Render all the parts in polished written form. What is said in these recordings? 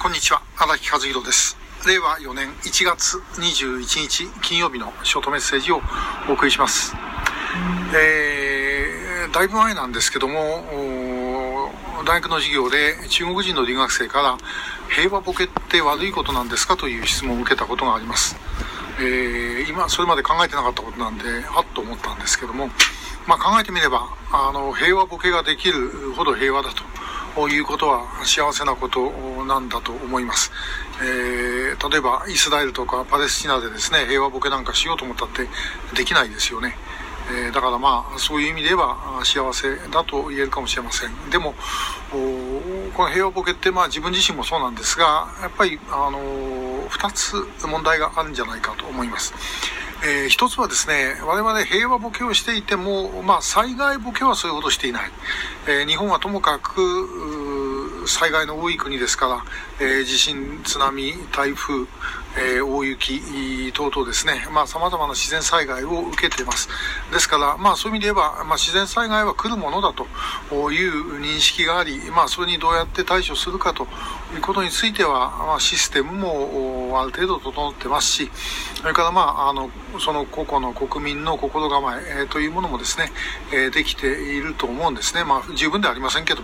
んにちは、荒木和弘です。令和4年1月21日金曜日のショートメッセージをお送りします。だいぶ前なんですけども、大学の授業で中国人の留学生から平和ボケって悪いことなんですかという質問を受けたことがあります。今それまで考えてなかったことなんではっと思ったんですけども、考えてみれば平和ボケができるほど平和だということは幸せなことなんだと思います。例えばイスラエルとかパレスチナでですね、平和ボケなんかしようと思ったってできないですよね。だからそういう意味では幸せだと言えるかもしれません。でもこの平和ボケって自分自身もそうなんですが、やっぱり2つ問題があるんじゃないかと思います。一つはですね、我々平和ボケをしていても、災害ボケはそれほどしていない。日本はともかく災害の多い国ですから、地震、津波、台風、大雪等々ですね、様々な自然災害を受けています。ですから、そういう意味で言えば、自然災害は来るものだという認識があり、それにどうやって対処するかということについては、システムもある程度整ってますし、それからその個々の国民の心構えというものもですね、できていると思うんですね。十分ではありませんけども。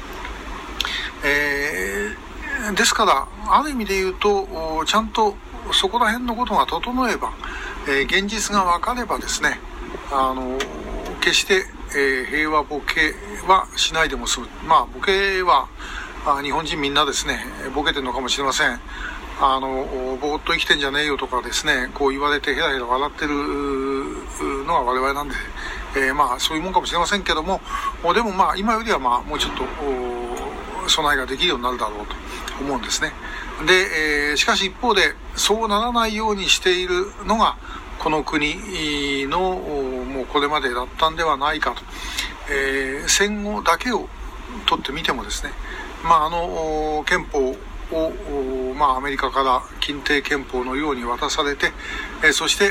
ですからある意味で言うと、ちゃんとそこら辺のことが整えば、現実が分かればですね、決して、平和ボケはしないでも済む。ボケは日本人みんなですねボケてるのかもしれません。ぼーっと生きてんじゃねえよとかですね、こう言われてヘラヘラ笑ってるのが我々なんで、そういうもんかもしれませんけども、でも今よりはもうちょっと備えができるようになるだろうと思うんですね。で、しかし一方でそうならないようにしているのがこの国のもうこれまでだったんではないかと。戦後だけをとってみてもですね、憲法をアメリカから欽定憲法のように渡されて、そして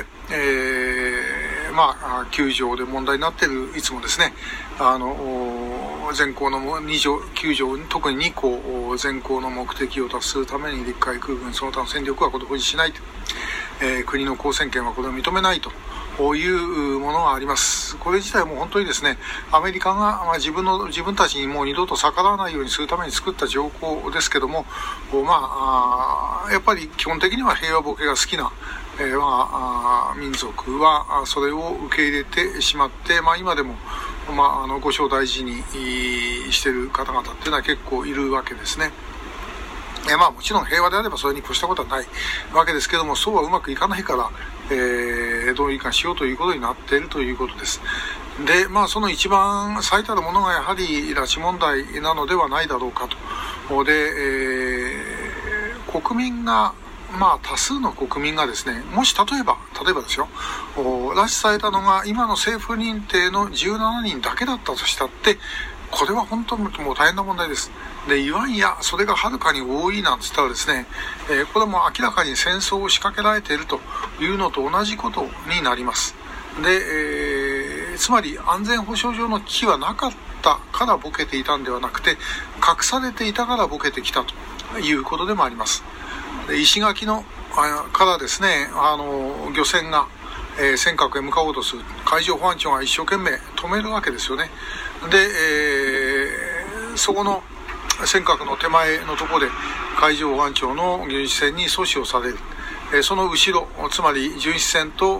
、9条で問題になっているいつもですね、全項の2条9条に特に2項全項の目的を達するために陸海空軍その他の戦力はこれを保持しないと、国の公選権はこれを認めないというものがあります。これ自体も本当にですね、アメリカが自分たちにもう二度と逆らわないようにするために作った条項ですけども、やっぱり基本的には平和ボケが好きな、民族はそれを受け入れてしまって、今でもご承大事にしている方々っていうのは結構いるわけですね。もちろん平和であればそれに越したことはないわけですけども、そうはうまくいかないから、どうにかしようということになっているということです。で、その一番最たるものがやはり拉致問題なのではないだろうかと。で、国民が多数の国民がですね、もし例えばですよ、拉致されたのが今の政府認定の17人だけだったとしたって、これは本当にもう大変な問題です。で、いわんやそれがはるかに多いなんて言ったらですね、これはもう明らかに戦争を仕掛けられているというのと同じことになります。で、つまり安全保障上の危機はなかったからボケていたんではなくて、隠されていたからボケてきたということでもあります。で、石垣のからですね、漁船が尖閣へ向かおうとする。海上保安庁が一生懸命止めるわけですよね。で、そこの尖閣の手前のところで海上保安庁の巡視船に阻止をされる。その後ろ、つまり巡視船と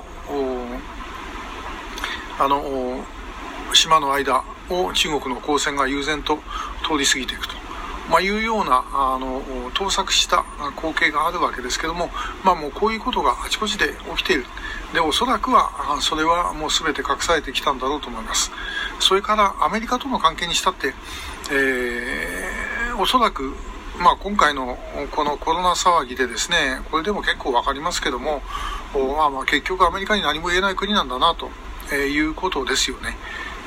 島の間を中国の公船が悠然と通り過ぎていくと。いうような盗作した光景があるわけですけども、もうこういうことがあちこちで起きている。で、おそらくはそれはもう全て隠されてきたんだろうと思います。それからアメリカとの関係にしたって、おそらく今回のこのコロナ騒ぎでですね、これでも結構わかりますけども、結局アメリカに何も言えない国なんだなということですよね。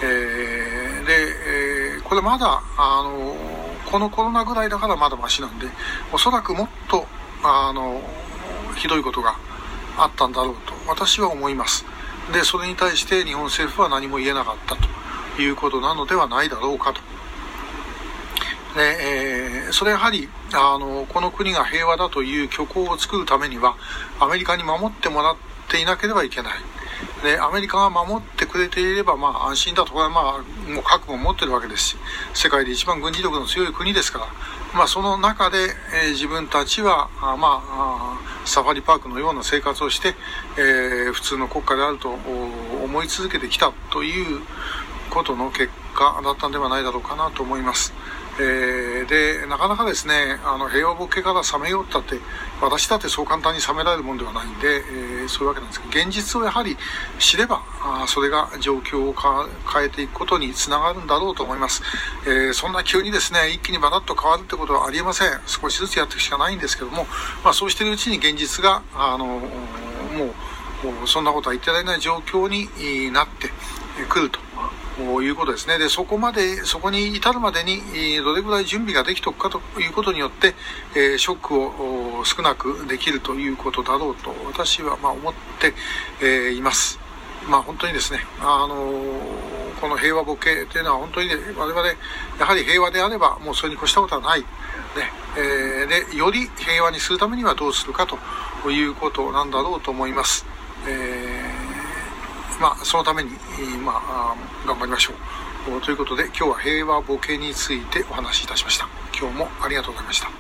で、これまだこのコロナぐらいだからまだマシなんで、おそらくもっとひどいことがあったんだろうと私は思います。で、それに対して日本政府は何も言えなかったということなのではないだろうかと。 で、それやはり、この国が平和だという虚構を作るためには、アメリカに守ってもらっていなければいけない。で、アメリカが守ってくれていれば、安心だと。これはもう核も持ってるわけですし、世界で一番軍事力の強い国ですから、その中で、自分たちは、サファリパークのような生活をして、普通の国家であると思い続けてきたということの結果だったんではないだろうかなと思います。で、なかなかですね、平和ボケから冷めようったって、私だってそう簡単に冷められるもんではないんで、そういうわけなんですけど、現実をやはり知れば、それが状況を変えていくことにつながるんだろうと思います。そんな急にですね、一気にバタッと変わるってことはありえません。少しずつやっていくしかないんですけども、そうしているうちに現実が、もう、そんなことは言ってられない状況になってくると。いうことですね。で、そこに至るまでに、どれぐらい準備ができておくかということによって、ショックを少なくできるということだろうと、私は思っています。本当にですね、この平和ボケというのは本当に、我々、やはり平和であれば、もうそれに越したことはない。で、より平和にするためにはどうするかということなんだろうと思います。そのために、頑張りましょう。ということで、今日は平和ボケについてお話しいたしました。今日もありがとうございました。